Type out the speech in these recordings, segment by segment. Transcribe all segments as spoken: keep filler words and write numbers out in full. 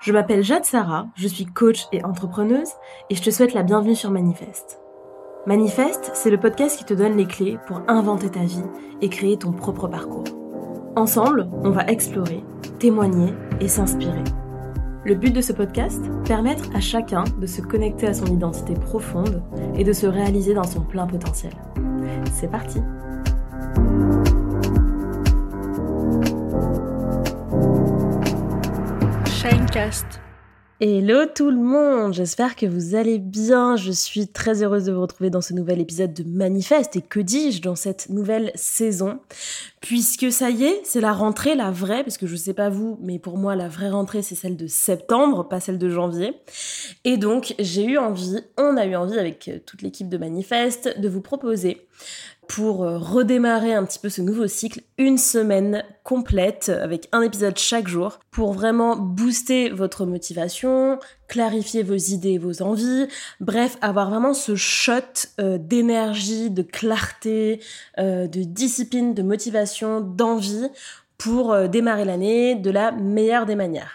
Je m'appelle Jade Sarah, je suis coach et entrepreneuse et je te souhaite la bienvenue sur Manifeste. Manifeste, c'est le podcast qui te donne les clés pour inventer ta vie et créer ton propre parcours. Ensemble, on va explorer, témoigner et s'inspirer. Le but de ce podcast, permettre à chacun de se connecter à son identité profonde et de se réaliser dans son plein potentiel. C'est parti! Shinecast. Hello tout le monde, j'espère que vous allez bien. Je suis très heureuse de vous retrouver dans ce nouvel épisode de Manifeste. Et que dis-je dans cette nouvelle saison? Puisque ça y est, c'est la rentrée, la vraie, parce que je sais pas vous, mais pour moi la vraie rentrée c'est celle de septembre, pas celle de janvier. Et donc j'ai eu envie, on a eu envie avec toute l'équipe de Manifeste, de vous proposer pour redémarrer un petit peu ce nouveau cycle, une semaine complète avec un épisode chaque jour pour vraiment booster votre motivation, clarifier vos idées et vos envies, bref, avoir vraiment ce shot euh, d'énergie, de clarté, euh, de discipline, de motivation, d'envie pour euh, démarrer l'année de la meilleure des manières.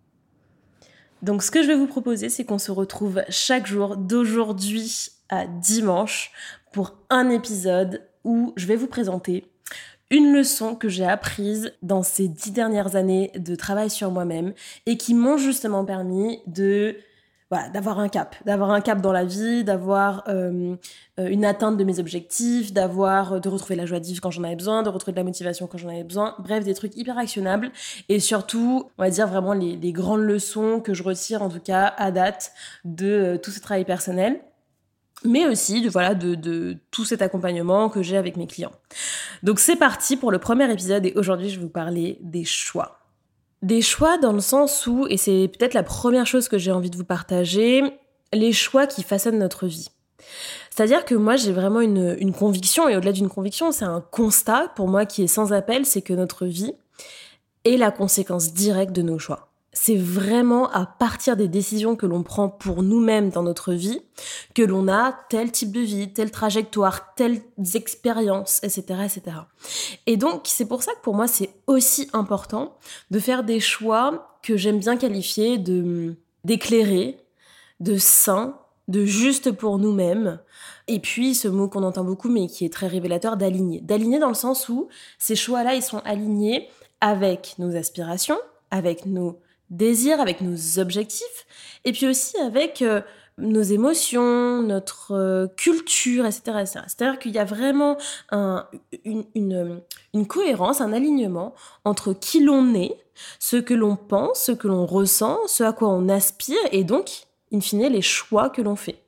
Donc ce que je vais vous proposer, c'est qu'on se retrouve chaque jour d'aujourd'hui à dimanche pour un épisode où je vais vous présenter une leçon que j'ai apprise dans ces dix dernières années de travail sur moi-même et qui m'ont justement permis de, voilà, d'avoir un cap, d'avoir un cap dans la vie, d'avoir euh, une atteinte de mes objectifs, d'avoir, de retrouver la joie de vivre quand j'en avais besoin, de retrouver de la motivation quand j'en avais besoin, bref, des trucs hyper actionnables et surtout, on va dire vraiment les, les grandes leçons que je retire en tout cas à date de euh, tout ce travail personnel, mais aussi de, voilà, de, de tout cet accompagnement que j'ai avec mes clients. Donc c'est parti pour le premier épisode et aujourd'hui je vais vous parler des choix. Des choix dans le sens où, et c'est peut-être la première chose que j'ai envie de vous partager, les choix qui façonnent notre vie. C'est-à-dire que moi j'ai vraiment une, une conviction, et au-delà d'une conviction, c'est un constat pour moi qui est sans appel, c'est que notre vie est la conséquence directe de nos choix. C'est vraiment à partir des décisions que l'on prend pour nous-mêmes dans notre vie que l'on a tel type de vie, telle trajectoire, telles expériences, et cetera, et cetera. Et donc, c'est pour ça que pour moi, c'est aussi important de faire des choix que j'aime bien qualifier de, d'éclairés, de sains, de juste pour nous-mêmes. Et puis, ce mot qu'on entend beaucoup, mais qui est très révélateur, d'aligner. D'aligner dans le sens où ces choix-là, ils sont alignés avec nos aspirations, avec nos désirs, avec nos objectifs, et puis aussi avec euh, nos émotions, notre euh, culture, et cetera, et cetera. C'est-à-dire qu'il y a vraiment un, une, une, une cohérence, un alignement entre qui l'on est, ce que l'on pense, ce que l'on ressent, ce à quoi on aspire, et donc, in fine, les choix que l'on fait.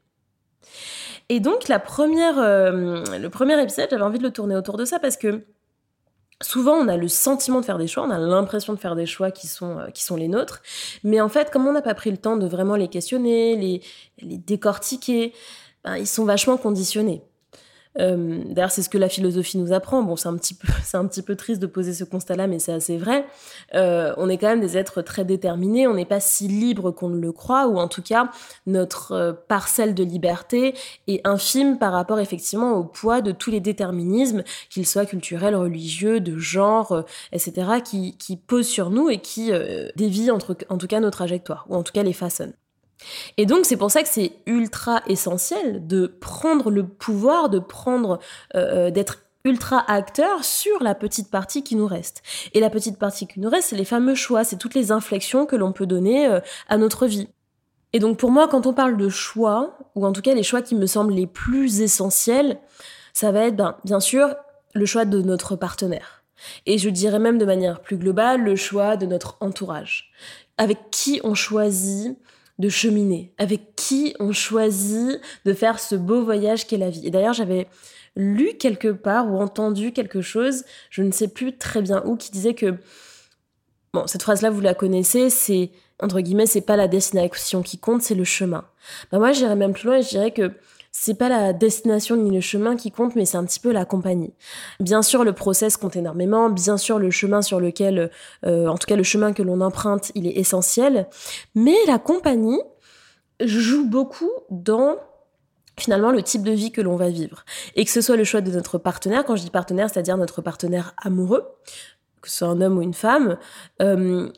Et donc, la première, euh, le premier épisode, j'avais envie de le tourner autour de ça parce que souvent, on a le sentiment de faire des choix, on a l'impression de faire des choix qui sont, euh, qui sont les nôtres, mais en fait, comme on n'a pas pris le temps de vraiment les questionner, les, les décortiquer, ben, ils sont vachement conditionnés. Euh, d'ailleurs, c'est ce que la philosophie nous apprend. Bon, c'est un petit peu, c'est un petit peu triste de poser ce constat-là, mais c'est assez vrai. Euh, on est quand même des êtres très déterminés. On n'est pas si libre qu'on ne le croit, ou en tout cas, notre euh, parcelle de liberté est infime par rapport effectivement au poids de tous les déterminismes, qu'ils soient culturels, religieux, de genre, euh, et cetera, qui, qui posent sur nous et qui euh, dévient entre, en tout cas nos trajectoires, ou en tout cas les façonnent. Et donc, c'est pour ça que c'est ultra essentiel de prendre le pouvoir, de prendre, euh, d'être ultra acteur sur la petite partie qui nous reste. Et la petite partie qui nous reste, c'est les fameux choix, c'est toutes les inflexions que l'on peut donner euh, à notre vie. Et donc, pour moi, quand on parle de choix, ou en tout cas les choix qui me semblent les plus essentiels, ça va être, ben, bien sûr, le choix de notre partenaire. Et je dirais même de manière plus globale, le choix de notre entourage. Avec qui on choisit de cheminer, avec qui on choisit de faire ce beau voyage qu'est la vie. Et d'ailleurs, j'avais lu quelque part ou entendu quelque chose, je ne sais plus très bien où, qui disait que, bon, cette phrase-là, vous la connaissez, c'est, entre guillemets, c'est pas la destination qui compte, c'est le chemin. Ben moi, j'irais même plus loin et je dirais que c'est pas la destination ni le chemin qui compte, mais c'est un petit peu la compagnie. Bien sûr, le process compte énormément. Bien sûr, le chemin sur lequel, euh, en tout cas le chemin que l'on emprunte, il est essentiel. Mais la compagnie joue beaucoup dans finalement le type de vie que l'on va vivre. Et que ce soit le choix de notre partenaire, quand je dis partenaire, c'est-à-dire notre partenaire amoureux, que ce soit un homme ou une femme, euh,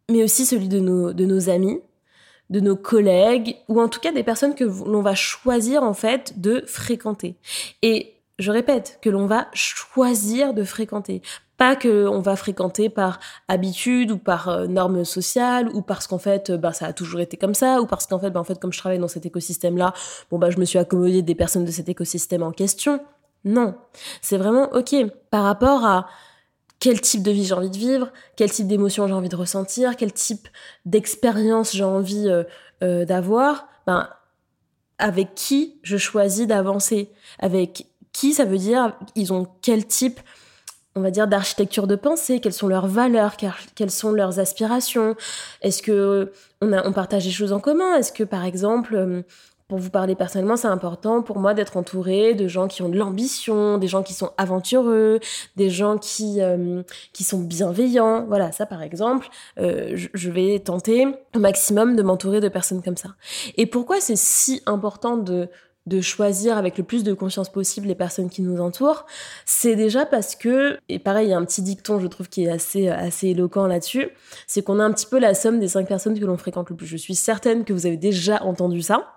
mais aussi celui de nos, de nos amis, de nos collègues, ou en tout cas des personnes que l'on va choisir en fait de fréquenter. Et je répète, que l'on va choisir de fréquenter. Pas qu'on va fréquenter par habitude ou par euh, norme sociale ou parce qu'en fait, euh, bah, ça a toujours été comme ça ou parce qu'en fait, bah, en fait, comme je travaille dans cet écosystème-là, bon, bah, je me suis accommodée des personnes de cet écosystème en question. Non. C'est vraiment, ok, par rapport à quel type de vie j'ai envie de vivre, quel type d'émotion j'ai envie de ressentir, quel type d'expérience j'ai envie euh, euh, d'avoir, ben, avec qui je choisis d'avancer, avec qui, ça veut dire, ils ont quel type, on va dire, d'architecture de pensée, quelles sont leurs valeurs, quelles sont leurs aspirations, est-ce que on, a, on partage des choses en commun, est-ce que, par exemple, pour vous parler personnellement, c'est important pour moi d'être entourée de gens qui ont de l'ambition, des gens qui sont aventureux, des gens qui, euh, qui sont bienveillants. Voilà, ça par exemple, euh, je, je vais tenter au maximum de m'entourer de personnes comme ça. Et pourquoi c'est si important de, de choisir avec le plus de conscience possible les personnes qui nous entourent? C'est déjà parce que, et pareil, il y a un petit dicton, je trouve, qui est assez, assez éloquent là-dessus, c'est qu'on a un petit peu la somme des cinq personnes que l'on fréquente le plus. Je suis certaine que vous avez déjà entendu ça.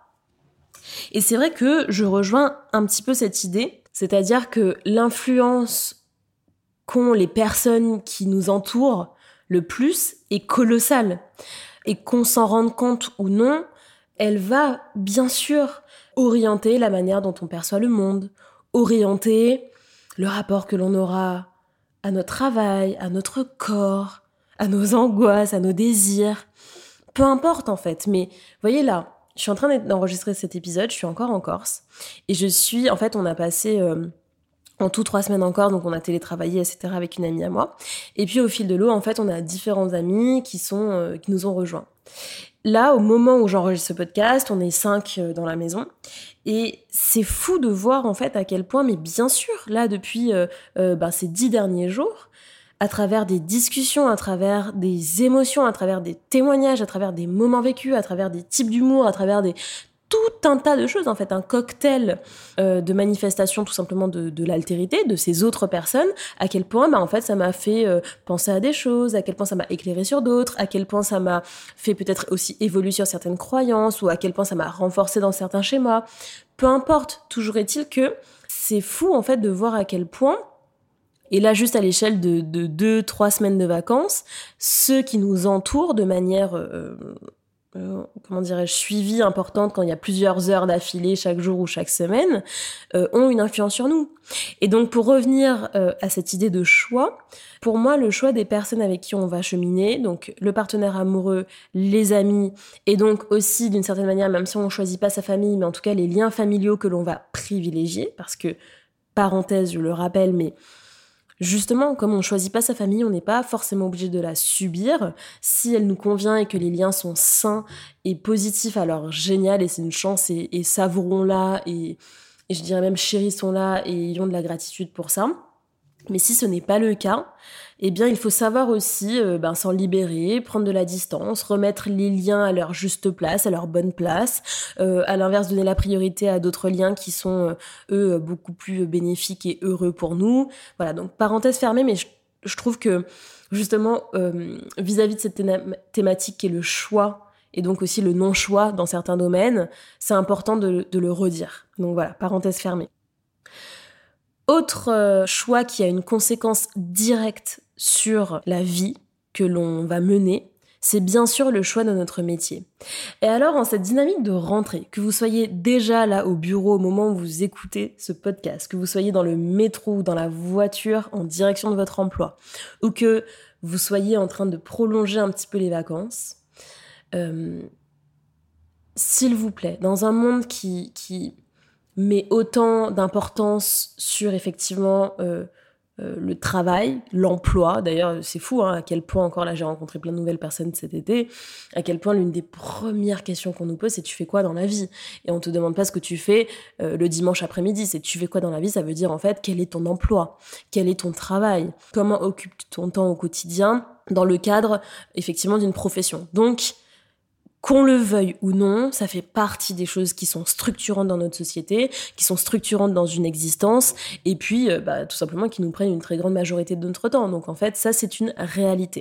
Et c'est vrai que je rejoins un petit peu cette idée, c'est-à-dire que l'influence qu'ont les personnes qui nous entourent le plus est colossale. Et qu'on s'en rende compte ou non, elle va bien sûr orienter la manière dont on perçoit le monde, orienter le rapport que l'on aura à notre travail, à notre corps, à nos angoisses, à nos désirs. Peu importe en fait, mais voyez là, je suis en train d'enregistrer cet épisode, je suis encore en Corse. Et je suis, en fait, on a passé euh, en tout trois semaines encore, donc on a télétravaillé, et cetera avec une amie à moi. Et puis au fil de l'eau, en fait, on a différents amis qui, sont, euh, qui nous ont rejoints. Là, au moment où j'enregistre ce podcast, on est cinq euh, dans la maison. Et c'est fou de voir, en fait, à quel point, mais bien sûr, là, depuis euh, euh, ben, ces dix derniers jours, à travers des discussions, à travers des émotions, à travers des témoignages, à travers des moments vécus, à travers des types d'humour, à travers des... tout un tas de choses, en fait, un cocktail euh, de manifestations tout simplement de, de l'altérité, de ces autres personnes, à quel point, bah, en fait, ça m'a fait euh, penser à des choses, à quel point ça m'a éclairé sur d'autres, à quel point ça m'a fait peut-être aussi évoluer sur certaines croyances, ou à quel point ça m'a renforcé dans certains schémas. Peu importe, toujours est-il que c'est fou, en fait, de voir à quel point. Et là, juste à l'échelle de, de deux, trois semaines de vacances, ceux qui nous entourent de manière, euh, euh, comment dirais-je, suivie, importante, quand il y a plusieurs heures d'affilée chaque jour ou chaque semaine, euh, ont une influence sur nous. Et donc, pour revenir euh, à cette idée de choix, pour moi, le choix des personnes avec qui on va cheminer, donc le partenaire amoureux, les amis, et donc aussi, d'une certaine manière, même si on ne choisit pas sa famille, mais en tout cas les liens familiaux que l'on va privilégier, parce que, parenthèse, je le rappelle, mais justement, comme on ne choisit pas sa famille, on n'est pas forcément obligé de la subir. Si elle nous convient et que les liens sont sains et positifs, alors génial, et c'est une chance, et, et savourons-la, et, et je dirais même chérissons-la, et ayons de la gratitude pour ça. Mais si ce n'est pas le cas, eh bien, il faut savoir aussi euh, ben, s'en libérer, prendre de la distance, remettre les liens à leur juste place, à leur bonne place, euh, à l'inverse, donner la priorité à d'autres liens qui sont, euh, eux, beaucoup plus bénéfiques et heureux pour nous. Voilà, donc parenthèse fermée, mais je, je trouve que, justement, euh, vis-à-vis de cette thé- thématique qui est le choix, et donc aussi le non-choix dans certains domaines, c'est important de, de le redire. Donc voilà, parenthèse fermée. Autre euh, choix qui a une conséquence directe sur la vie que l'on va mener, c'est bien sûr le choix de notre métier. Et alors, en cette dynamique de rentrée, que vous soyez déjà là au bureau au moment où vous écoutez ce podcast, que vous soyez dans le métro ou dans la voiture en direction de votre emploi, ou que vous soyez en train de prolonger un petit peu les vacances, euh, s'il vous plaît, dans un monde qui... qui mais autant d'importance sur effectivement euh, euh, le travail, l'emploi. D'ailleurs, c'est fou hein, à quel point, encore là, j'ai rencontré plein de nouvelles personnes cet été, à quel point l'une des premières questions qu'on nous pose, c'est « tu fais quoi dans la vie ?» Et on te demande pas ce que tu fais euh, le dimanche après-midi, c'est « tu fais quoi dans la vie ?» Ça veut dire en fait, quel est ton emploi ? Quel est ton travail ? Comment occupes-tu ton temps au quotidien dans le cadre, effectivement, d'une profession ? Donc, qu'on le veuille ou non, ça fait partie des choses qui sont structurantes dans notre société, qui sont structurantes dans une existence, et puis euh, bah, tout simplement qui nous prennent une très grande majorité de notre temps. Donc en fait, ça c'est une réalité.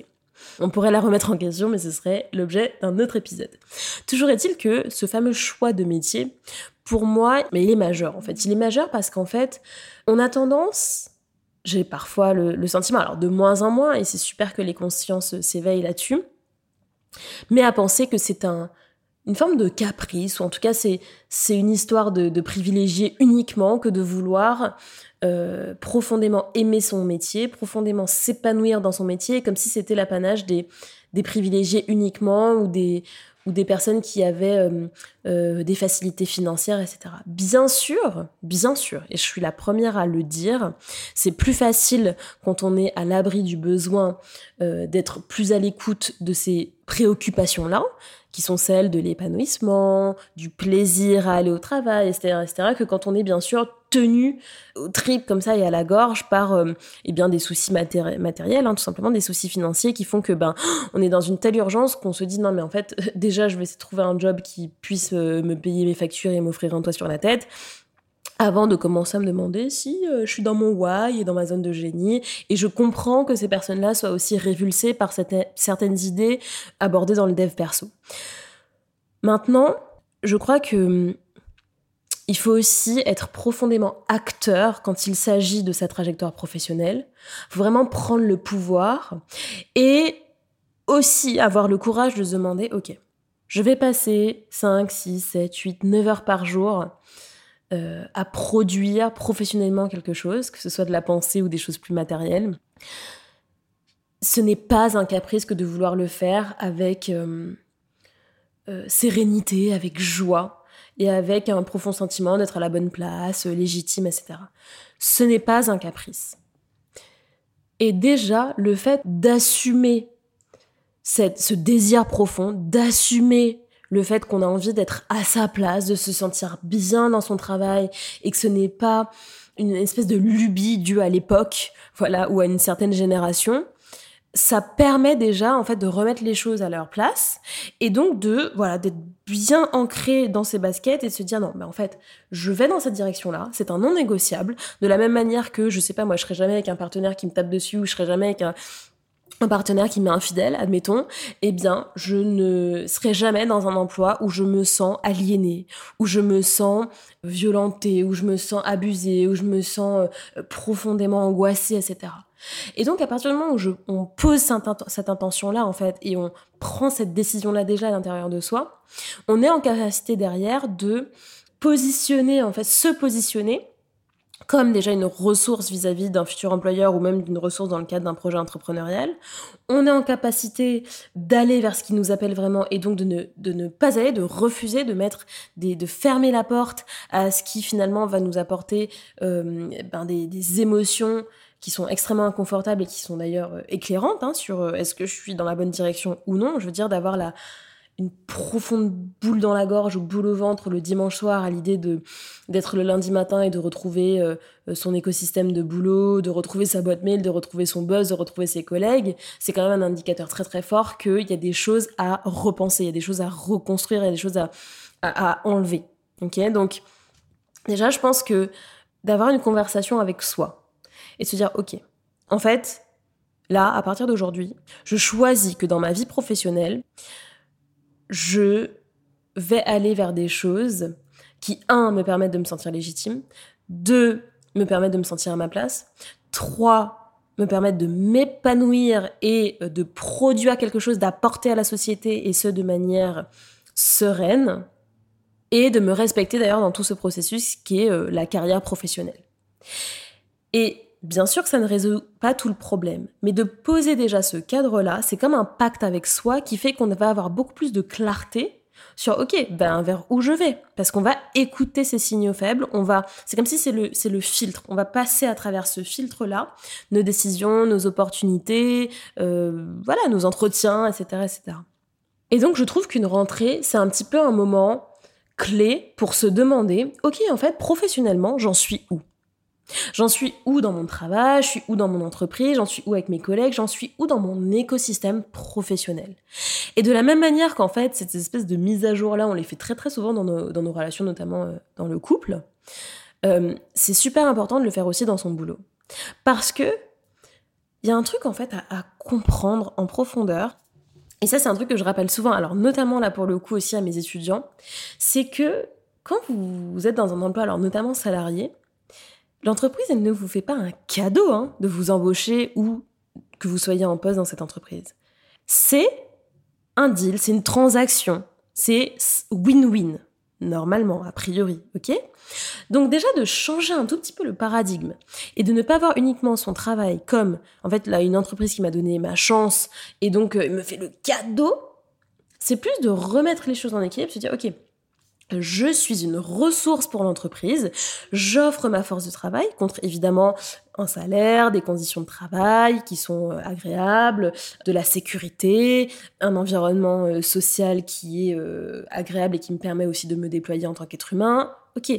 On pourrait la remettre en question, mais ce serait l'objet d'un autre épisode. Toujours est-il que ce fameux choix de métier, pour moi, mais il est majeur en fait. Il est majeur parce qu'en fait, on a tendance, j'ai parfois le, le sentiment, alors de moins en moins, et c'est super que les consciences s'éveillent là-dessus, mais à penser que c'est un, une forme de caprice, ou en tout cas c'est, c'est une histoire de, de privilégier uniquement que de vouloir euh, profondément aimer son métier, profondément s'épanouir dans son métier, comme si c'était l'apanage des, des privilégiés uniquement, ou des, ou des personnes qui avaient euh, euh, des facilités financières, et cetera. Bien sûr, bien sûr, et je suis la première à le dire, c'est plus facile quand on est à l'abri du besoin euh, d'être plus à l'écoute de ces préoccupations-là, qui sont celles de l'épanouissement, du plaisir à aller au travail, et cetera, et cetera, que quand on est bien sûr tenu au trip comme ça et à la gorge par euh, eh bien des soucis matéri- matériels, hein, tout simplement des soucis financiers qui font que ben on est dans une telle urgence qu'on se dit non mais en fait déjà je vais essayer de trouver un job qui puisse euh, me payer mes factures et m'offrir un toit sur la tête, avant de commencer à me demander si euh, je suis dans mon why et dans ma zone de génie. Et je comprends que ces personnes-là soient aussi révulsées par cette, certaines idées abordées dans le dev perso. Maintenant, je crois que il faut aussi être profondément acteur quand il s'agit de sa trajectoire professionnelle. Il faut vraiment prendre le pouvoir et aussi avoir le courage de se demander, ok, je vais passer cinq, six, sept, huit, neuf heures par jour Euh, à produire professionnellement quelque chose, que ce soit de la pensée ou des choses plus matérielles. Ce n'est pas un caprice que de vouloir le faire avec euh, euh, sérénité, avec joie et avec un profond sentiment d'être à la bonne place, euh, légitime, et cetera. Ce n'est pas un caprice. Et déjà, le fait d'assumer cette, ce désir profond, d'assumer le fait qu'on a envie d'être à sa place, de se sentir bien dans son travail et que ce n'est pas une espèce de lubie due à l'époque, voilà, ou à une certaine génération, ça permet déjà en fait de remettre les choses à leur place et donc de voilà d'être bien ancré dans ses baskets et de se dire non mais en fait je vais dans cette direction-là, c'est un non négociable, de la même manière que je sais pas moi je serai jamais avec un partenaire qui me tape dessus ou je serai jamais avec un un partenaire qui m'est infidèle, admettons, eh bien, je ne serai jamais dans un emploi où je me sens aliénée, où je me sens violentée, où je me sens abusée, où je me sens euh, profondément angoissée, et cetera. Et donc, à partir du moment où je, on pose cette, int- cette intention-là, en fait, et on prend cette décision-là déjà à l'intérieur de soi, on est en capacité derrière de positionner, en fait, se positionner comme déjà une ressource vis-à-vis d'un futur employeur ou même d'une ressource dans le cadre d'un projet entrepreneurial. On est en capacité d'aller vers ce qui nous appelle vraiment et donc de ne, de ne pas aller, de refuser, de mettre des, de fermer la porte à ce qui finalement va nous apporter euh, ben des, des émotions qui sont extrêmement inconfortables et qui sont d'ailleurs euh, éclairantes hein, sur euh, est-ce que je suis dans la bonne direction ou non. Je veux dire d'avoir la une profonde boule dans la gorge ou boule au ventre le dimanche soir à l'idée de, d'être le lundi matin et de retrouver euh, son écosystème de boulot, de retrouver sa boîte mail, de retrouver son buzz, de retrouver ses collègues, c'est quand même un indicateur très très fort qu'il y a des choses à repenser, il y a des choses à reconstruire, il y a des choses à, à, à enlever. Okay, donc déjà, je pense que d'avoir une conversation avec soi et de se dire, ok, en fait, là, à partir d'aujourd'hui, je choisis que dans ma vie professionnelle, je vais aller vers des choses qui, un, me permettent de me sentir légitime, deux, me permettent de me sentir à ma place, trois, me permettent de m'épanouir et de produire quelque chose, d'apporter à la société, et ce, de manière sereine, et de me respecter d'ailleurs dans tout ce processus qui est euh, la carrière professionnelle. Et bien sûr que ça ne résout pas tout le problème, mais de poser déjà ce cadre-là, c'est comme un pacte avec soi qui fait qu'on va avoir beaucoup plus de clarté sur ok, ben vers où je vais, parce qu'on va écouter ces signaux faibles, on va, c'est comme si c'est le c'est le filtre, on va passer à travers ce filtre-là nos décisions, nos opportunités, euh, voilà, nos entretiens, et cetera, et cetera. Et donc je trouve qu'une rentrée, c'est un petit peu un moment clé pour se demander, ok, en fait, professionnellement, j'en suis où ? J'en suis où dans mon travail, je suis où dans mon entreprise, j'en suis où avec mes collègues, j'en suis où dans mon écosystème professionnel. Et de la même manière qu'en fait, cette espèce de mise à jour-là, on les fait très très souvent dans nos, dans nos relations, notamment euh, dans le couple, euh, c'est super important de le faire aussi dans son boulot. Parce que il y a un truc en fait à, à comprendre en profondeur. Et ça, c'est un truc que je rappelle souvent, alors notamment là pour le coup aussi à mes étudiants, c'est que quand vous êtes dans un emploi, alors notamment salarié, l'entreprise, elle ne vous fait pas un cadeau hein, de vous embaucher ou que vous soyez en poste dans cette entreprise. C'est un deal, c'est une transaction, c'est win-win, normalement, a priori, ok ? Donc déjà de changer un tout petit peu le paradigme et de ne pas voir uniquement son travail comme, en fait, là, une entreprise qui m'a donné ma chance et donc euh, me fait le cadeau, c'est plus de remettre les choses en équilibre, se dire, ok, je suis une ressource pour l'entreprise, j'offre ma force de travail contre évidemment un salaire, des conditions de travail qui sont agréables, de la sécurité, un environnement euh, social qui est euh, agréable et qui me permet aussi de me déployer en tant qu'être humain. Ok.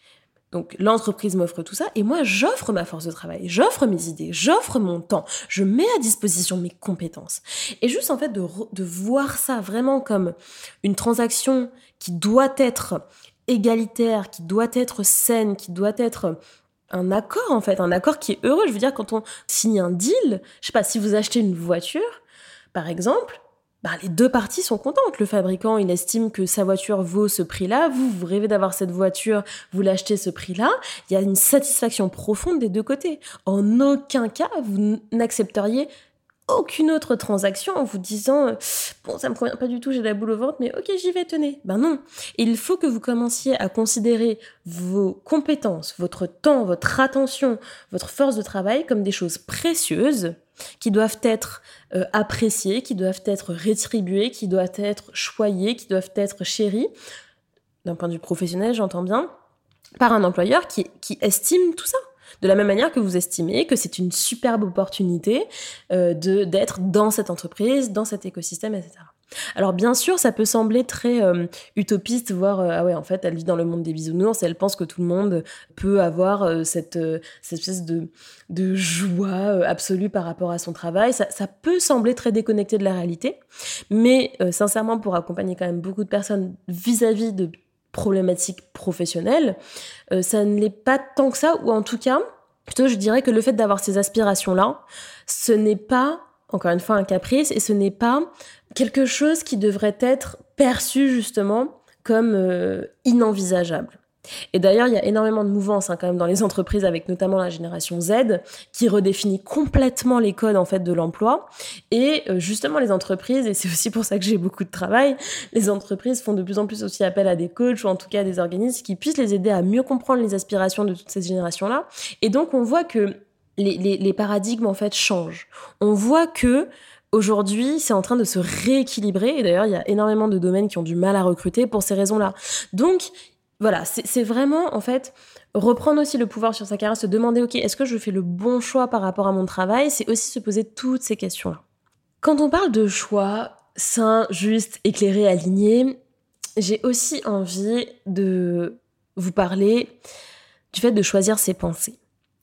Donc l'entreprise m'offre tout ça et moi j'offre ma force de travail, j'offre mes idées, j'offre mon temps, je mets à disposition mes compétences. Et juste en fait de, de voir ça vraiment comme une transaction qui doit être égalitaire, qui doit être saine, qui doit être un accord en fait, un accord qui est heureux. Je veux dire quand on signe un deal, je sais pas, si vous achetez une voiture par exemple, bah, les deux parties sont contentes. Le fabricant, il estime que sa voiture vaut ce prix-là. Vous, vous rêvez d'avoir cette voiture, vous l'achetez ce prix-là. Il y a une satisfaction profonde des deux côtés. En aucun cas, vous n'accepteriez aucune autre transaction en vous disant euh, « Bon, ça me convient pas du tout, j'ai la boule au ventre, mais ok, j'y vais, tenez. » Ben non. Il faut que vous commenciez à considérer vos compétences, votre temps, votre attention, votre force de travail comme des choses précieuses qui doivent être euh, appréciées, qui doivent être rétribuées, qui doivent être choyées, qui doivent être chéries, d'un point de vue professionnel, j'entends bien, par un employeur qui, qui estime tout ça. De la même manière que vous estimez que c'est une superbe opportunité euh, de, d'être dans cette entreprise, dans cet écosystème, et cetera. Alors bien sûr, ça peut sembler très euh, utopiste, voire euh, ah ouais, en fait, elle vit dans le monde des bisounours et elle pense que tout le monde peut avoir euh, cette, euh, cette espèce de, de joie euh, absolue par rapport à son travail. Ça, ça peut sembler très déconnecté de la réalité, mais euh, sincèrement, pour accompagner quand même beaucoup de personnes vis-à-vis de problématiques professionnelles, euh, ça ne l'est pas tant que ça, ou en tout cas, plutôt je dirais que le fait d'avoir ces aspirations-là, ce n'est pas, encore une fois, un caprice, et ce n'est pas quelque chose qui devrait être perçu justement comme euh, inenvisageable. Et d'ailleurs, il y a énormément de mouvances hein, quand même dans les entreprises, avec notamment la génération Z, qui redéfinit complètement les codes en fait de l'emploi. Et euh, justement, les entreprises, et c'est aussi pour ça que j'ai beaucoup de travail, les entreprises font de plus en plus aussi appel à des coachs ou en tout cas à des organismes qui puissent les aider à mieux comprendre les aspirations de toute cette génération-là. Et donc, on voit que les, les, les paradigmes en fait changent. On voit que aujourd'hui, c'est en train de se rééquilibrer. Et d'ailleurs, il y a énormément de domaines qui ont du mal à recruter pour ces raisons-là. Donc, voilà, c'est, c'est vraiment, en fait, reprendre aussi le pouvoir sur sa carrière, se demander, ok, est-ce que je fais le bon choix par rapport à mon travail ? C'est aussi se poser toutes ces questions-là. Quand on parle de choix sain, juste, éclairé, aligné, j'ai aussi envie de vous parler du fait de choisir ses pensées.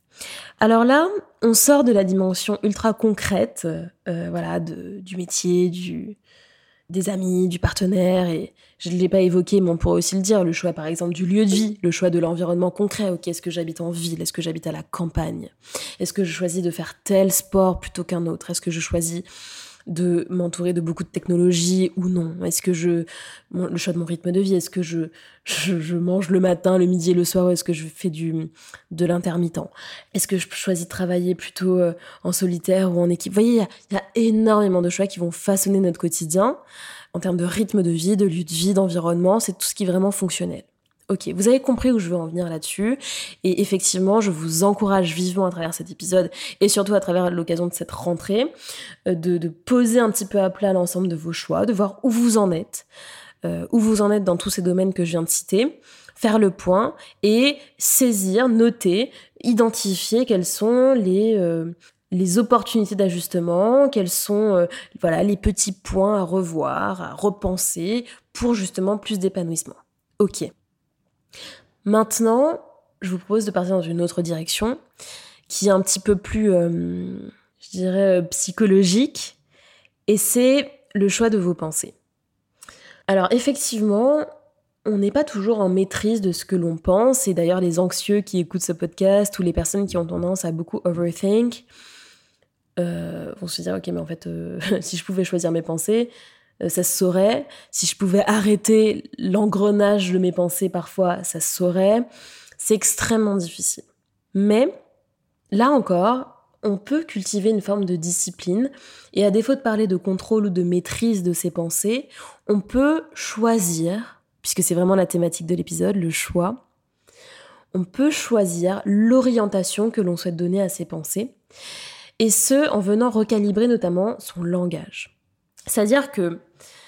Alors là, on sort de la dimension ultra concrète, euh, voilà, de, du métier, du... des amis, du partenaire, et je ne l'ai pas évoqué, mais on pourrait aussi le dire, le choix par exemple du lieu de vie, le choix de l'environnement concret. Ok, est-ce que j'habite en ville ? Est-ce que j'habite à la campagne ? Est-ce que je choisis de faire tel sport plutôt qu'un autre ? Est-ce que je choisis de m'entourer de beaucoup de technologies ou non ? Est-ce que je... Mon, le choix de mon rythme de vie, est-ce que je, je, je mange le matin, le midi et le soir, ou est-ce que je fais du, de l'intermittent ? Est-ce que je choisis de travailler plutôt euh, en solitaire ou en équipe ? Vous voyez, il y a, y a énormément de choix qui vont façonner notre quotidien en termes de rythme de vie, de lieu de vie, d'environnement. C'est tout ce qui est vraiment fonctionnel. Ok, vous avez compris où je veux en venir là-dessus, et effectivement, je vous encourage vivement à travers cet épisode, et surtout à travers l'occasion de cette rentrée, de, de poser un petit peu à plat l'ensemble de vos choix, de voir où vous en êtes, euh, où vous en êtes dans tous ces domaines que je viens de citer, faire le point, et saisir, noter, identifier quels sont les... Euh, les opportunités d'ajustement, quels sont euh, voilà, les petits points à revoir, à repenser, pour justement plus d'épanouissement. Ok. Maintenant, je vous propose de partir dans une autre direction, qui est un petit peu plus, euh, je dirais, psychologique, et c'est le choix de vos pensées. Alors effectivement, on n'est pas toujours en maîtrise de ce que l'on pense, et d'ailleurs les anxieux qui écoutent ce podcast, ou les personnes qui ont tendance à beaucoup overthink, euh, vont se dire, ok, mais en fait, euh, si je pouvais choisir mes pensées, euh, ça se saurait. Si je pouvais arrêter l'engrenage de mes pensées, parfois, ça se saurait. C'est extrêmement difficile. Mais là encore, on peut cultiver une forme de discipline et à défaut de parler de contrôle ou de maîtrise de ses pensées, on peut choisir, puisque c'est vraiment la thématique de l'épisode, le choix, on peut choisir l'orientation que l'on souhaite donner à ses pensées, et ce, en venant recalibrer notamment son langage. C'est-à-dire que,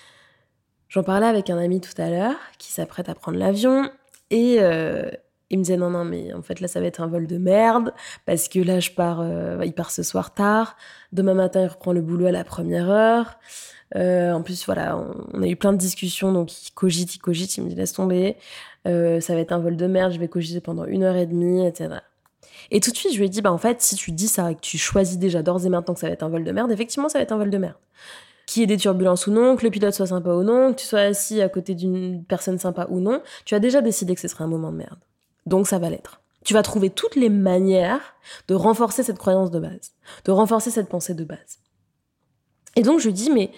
j'en parlais avec un ami tout à l'heure, qui s'apprête à prendre l'avion, et euh, il me disait non, non, mais en fait là ça va être un vol de merde, parce que là je pars, euh, il part ce soir tard, demain matin il reprend le boulot à la première heure, euh, en plus voilà, on, on a eu plein de discussions, donc il cogite, il cogite, il me dit laisse tomber, euh, ça va être un vol de merde, je vais cogiter pendant une heure et demie, et cetera. Et tout de suite je lui ai dit bah en fait si tu dis ça et que tu choisis déjà d'ores et maintenant que ça va être un vol de merde, effectivement ça va être un vol de merde. Qu'il y ait des turbulences ou non, que le pilote soit sympa ou non, que tu sois assis à côté d'une personne sympa ou non, tu as déjà décidé que ce serait un moment de merde. Donc ça va l'être. Tu vas trouver toutes les manières de renforcer cette croyance de base, de renforcer cette pensée de base. Et donc je dis, mais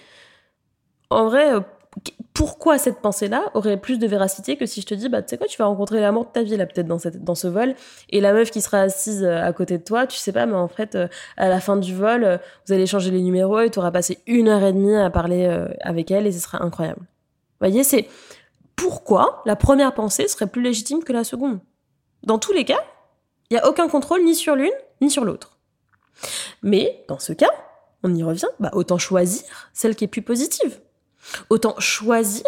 en vrai, pourquoi cette pensée-là aurait plus de véracité que si je te dis, bah tu sais quoi, tu vas rencontrer l'amour de ta vie là peut-être dans, cette, dans ce vol, et la meuf qui sera assise à côté de toi, tu sais pas, mais en fait, à la fin du vol, vous allez changer les numéros et tu auras passé une heure et demie à parler avec elle et ce sera incroyable. Vous voyez, c'est pourquoi la première pensée serait plus légitime que la seconde. Dans tous les cas, il n'y a aucun contrôle ni sur l'une, ni sur l'autre. Mais, dans ce cas, on y revient, bah, autant choisir celle qui est plus positive. Autant choisir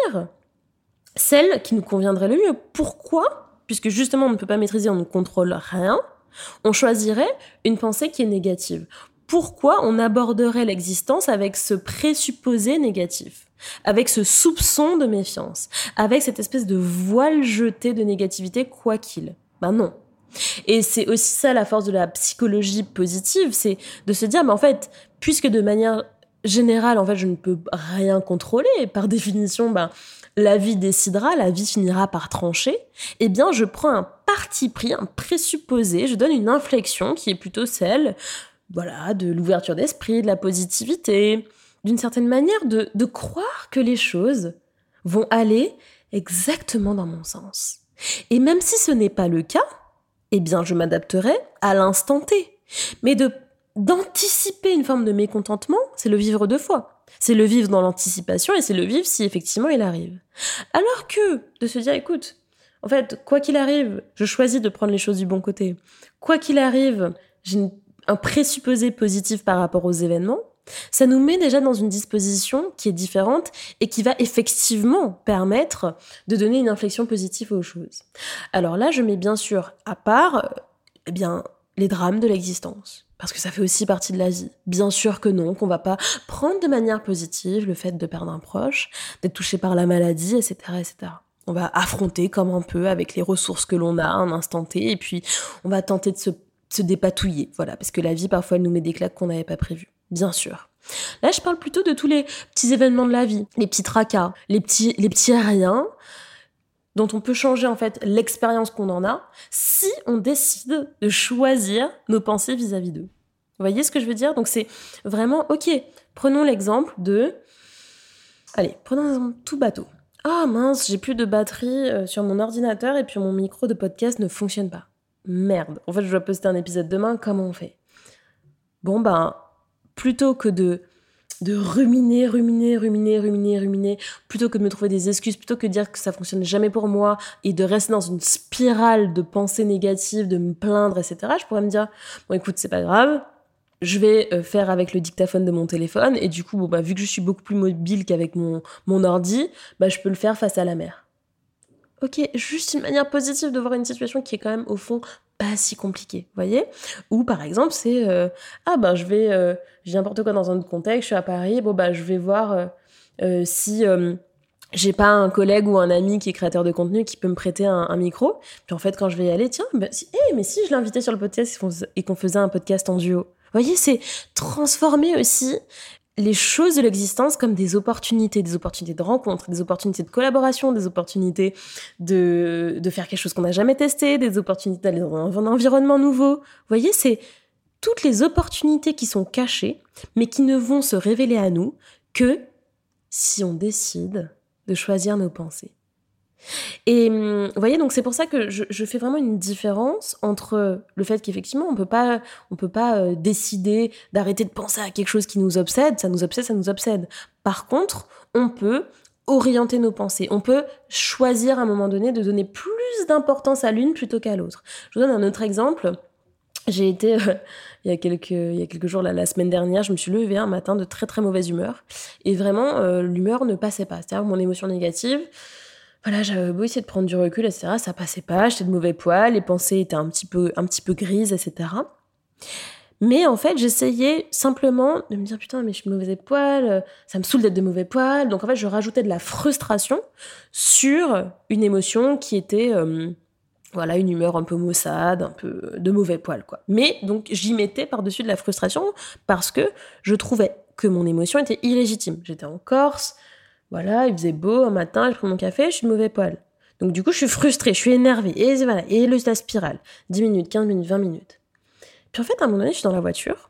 celle qui nous conviendrait le mieux. Pourquoi ? Puisque justement, on ne peut pas maîtriser, on ne contrôle rien, on choisirait une pensée qui est négative. Pourquoi on aborderait l'existence avec ce présupposé négatif ? Avec ce soupçon de méfiance ? Avec cette espèce de voile jeté de négativité, quoi qu'il ? Ben non. Et c'est aussi ça la force de la psychologie positive, c'est de se dire, mais en fait, puisque de manière générale, en fait, je ne peux rien contrôler, par définition, ben, la vie décidera, la vie finira par trancher, eh bien, je prends un parti pris, un présupposé, je donne une inflexion qui est plutôt celle, voilà, de l'ouverture d'esprit, de la positivité, d'une certaine manière, de, de croire que les choses vont aller exactement dans mon sens. Et même si ce n'est pas le cas, eh bien, je m'adapterai à l'instant T. Mais de, d'anticiper une forme de mécontentement, c'est le vivre deux fois. C'est le vivre dans l'anticipation et c'est le vivre si effectivement il arrive. Alors que de se dire, écoute, en fait, quoi qu'il arrive, je choisis de prendre les choses du bon côté. Quoi qu'il arrive, j'ai une, un présupposé positif par rapport aux événements. Ça nous met déjà dans une disposition qui est différente et qui va effectivement permettre de donner une inflexion positive aux choses. Alors là, je mets bien sûr à part eh bien, les drames de l'existence, parce que ça fait aussi partie de la vie. Bien sûr que non, qu'on va pas prendre de manière positive le fait de perdre un proche, d'être touché par la maladie, et cetera, et cetera. On va affronter comme on peut avec les ressources que l'on a à un instant T, et puis on va tenter de se, se dépatouiller, voilà, parce que la vie, parfois, elle nous met des claques qu'on n'avait pas prévues. Bien sûr. Là, je parle plutôt de tous les petits événements de la vie, les petits tracas, les petits, les petits riens, dont on peut changer en fait l'expérience qu'on en a si on décide de choisir nos pensées vis-à-vis d'eux. Vous voyez ce que je veux dire ? Donc c'est vraiment, ok, prenons l'exemple de... Allez, prenons un exemple tout bateau. Ah mince, j'ai plus de batterie euh, sur mon ordinateur et puis mon micro de podcast ne fonctionne pas. Merde, en fait je dois poster un épisode demain, comment on fait ? Bon ben... plutôt que de, de ruminer, ruminer, ruminer, ruminer, ruminer, plutôt que de me trouver des excuses, plutôt que de dire que ça fonctionne jamais pour moi et de rester dans une spirale de pensées négatives, de me plaindre, et cetera, je pourrais me dire, bon écoute, c'est pas grave, je vais euh, faire avec le dictaphone de mon téléphone et du coup, bon, bah, vu que je suis beaucoup plus mobile qu'avec mon, mon ordi, bah, je peux le faire face à la mer. Ok, juste une manière positive de voir une situation qui est quand même, au fond, pas si compliquée, vous voyez ? Ou par exemple, c'est euh, ah ben je vais, euh, je dis n'importe quoi dans un autre contexte, je suis à Paris, bon bah je vais voir euh, euh, si euh, j'ai pas un collègue ou un ami qui est créateur de contenu qui peut me prêter un, un micro. Puis en fait, quand je vais y aller, tiens, bah, si, hey, mais si je l'invitais sur le podcast et qu'on faisait un podcast en duo. Vous voyez, c'est transformer aussi les choses de l'existence comme des opportunités, des opportunités de rencontre, des opportunités de collaboration, des opportunités de, de faire quelque chose qu'on n'a jamais testé, des opportunités d'aller dans un environnement nouveau. Vous voyez, c'est toutes les opportunités qui sont cachées, mais qui ne vont se révéler à nous que si on décide de choisir nos pensées. Et vous voyez, donc c'est pour ça que je, je fais vraiment une différence entre le fait qu'effectivement, on peut pas, on peut pas euh, décider d'arrêter de penser à quelque chose qui nous obsède, ça nous obsède, ça nous obsède. Par contre, on peut orienter nos pensées. On peut choisir à un moment donné de donner plus d'importance à l'une plutôt qu'à l'autre. Je vous donne un autre exemple. J'ai été, euh, il, y a quelques, il y a quelques jours, là, la semaine dernière, je me suis levée un matin de très très mauvaise humeur. Et vraiment, euh, l'humeur ne passait pas. C'est-à-dire mon émotion négative, voilà, j'avais beau essayer de prendre du recul, et cetera. Ça passait pas, j'étais de mauvais poil, les pensées étaient un petit peu, un petit peu grises, et cetera. Mais en fait, j'essayais simplement de me dire « Putain, mais je suis de mauvais poil, ça me saoule d'être de mauvais poil. » Donc en fait, je rajoutais de la frustration sur une émotion qui était, euh, voilà, une humeur un peu maussade, un peu de mauvais poil, quoi. Mais donc, j'y mettais par-dessus de la frustration parce que je trouvais que mon émotion était illégitime. J'étais en Corse, voilà, il faisait beau un matin, je prends mon café, je suis de mauvais poil. Donc du coup, je suis frustrée, je suis énervée. Et voilà, et le, la spirale. dix minutes, quinze minutes, vingt minutes. Puis en fait, à un moment donné, je suis dans la voiture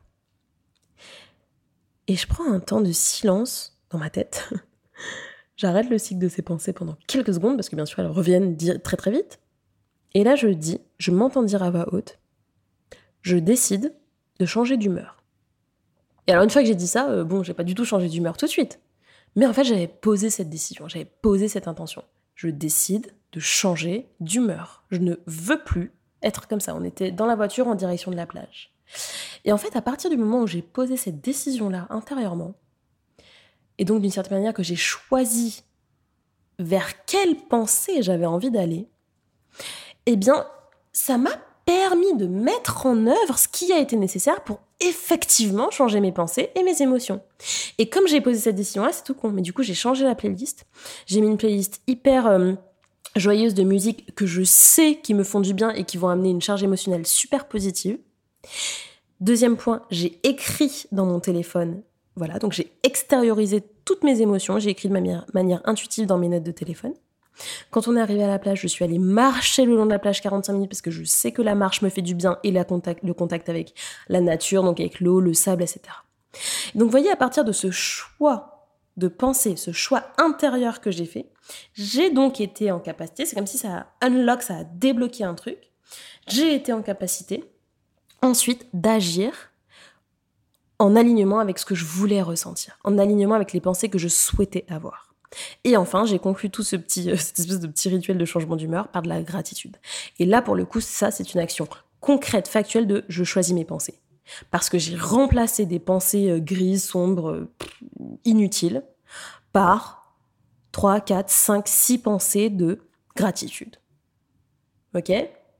et je prends un temps de silence dans ma tête. J'arrête le cycle de ces pensées pendant quelques secondes parce que bien sûr, elles reviennent très très vite. Et là, je dis, je m'entends dire à voix haute, je décide de changer d'humeur. Et alors, une fois que j'ai dit ça, euh, bon, j'ai pas du tout changé d'humeur tout de suite. Mais en fait, j'avais posé cette décision, j'avais posé cette intention. Je décide de changer d'humeur. Je ne veux plus être comme ça. On était dans la voiture en direction de la plage. Et en fait, à partir du moment où j'ai posé cette décision-là intérieurement, et donc d'une certaine manière que j'ai choisi vers quelle pensée j'avais envie d'aller, eh bien, ça m'a permis de mettre en œuvre ce qui a été nécessaire pour effectivement changer mes pensées et mes émotions. Et comme j'ai posé cette décision-là, c'est tout con, mais du coup, j'ai changé la playlist. J'ai mis une playlist hyper euh, joyeuse de musique que je sais qui me font du bien et qui vont amener une charge émotionnelle super positive. Deuxième point, j'ai écrit dans mon téléphone. Voilà, donc j'ai extériorisé toutes mes émotions. J'ai écrit de manière, manière intuitive dans mes notes de téléphone. Quand on est arrivé à la plage, je suis allée marcher le long de la plage quarante-cinq minutes parce que je sais que la marche me fait du bien et la contact, le contact avec la nature, donc avec l'eau, le sable, et cetera. Donc vous voyez, à partir de ce choix de pensée, ce choix intérieur que j'ai fait, j'ai donc été en capacité, c'est comme si ça a unlock, ça a débloqué un truc, j'ai été en capacité ensuite d'agir en alignement avec ce que je voulais ressentir, en alignement avec les pensées que je souhaitais avoir. Et enfin, j'ai conclu tout ce petit, euh, cette espèce de petit rituel de changement d'humeur par de la gratitude. Et là, pour le coup, ça, c'est une action concrète, factuelle de « je choisis mes pensées ». Parce que j'ai remplacé des pensées euh, grises, sombres, euh, inutiles, par trois, quatre, cinq, six pensées de gratitude. Ok ?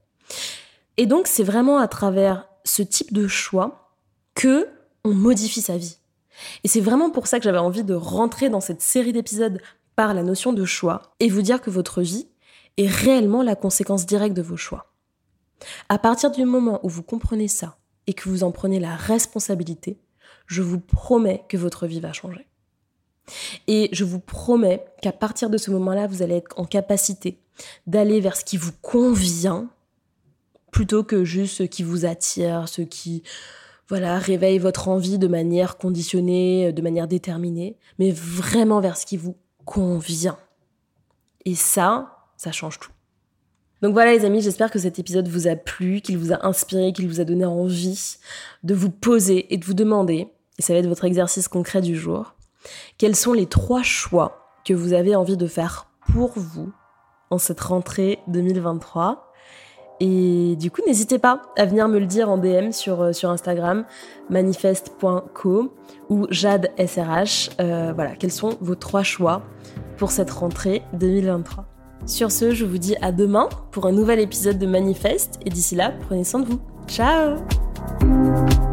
Et donc, c'est vraiment à travers ce type de choix que on modifie sa vie. Et c'est vraiment pour ça que j'avais envie de rentrer dans cette série d'épisodes par la notion de choix et vous dire que votre vie est réellement la conséquence directe de vos choix. À partir du moment où vous comprenez ça et que vous en prenez la responsabilité, je vous promets que votre vie va changer. Et je vous promets qu'à partir de ce moment-là, vous allez être en capacité d'aller vers ce qui vous convient plutôt que juste ce qui vous attire, ce qui... Voilà, réveille votre envie de manière conditionnée, de manière déterminée, mais vraiment vers ce qui vous convient. Et ça, ça change tout. Donc voilà les amis, j'espère que cet épisode vous a plu, qu'il vous a inspiré, qu'il vous a donné envie de vous poser et de vous demander, et ça va être votre exercice concret du jour, quels sont les trois choix que vous avez envie de faire pour vous en cette rentrée deux mille vingt-trois. Et du coup, n'hésitez pas à venir me le dire en D M sur, sur Instagram, manifeste point co ou Jade S R H. Euh, voilà, quels sont vos trois choix pour cette rentrée deux mille vingt-trois. Sur ce, je vous dis à demain pour un nouvel épisode de Manifeste. Et d'ici là, prenez soin de vous. Ciao!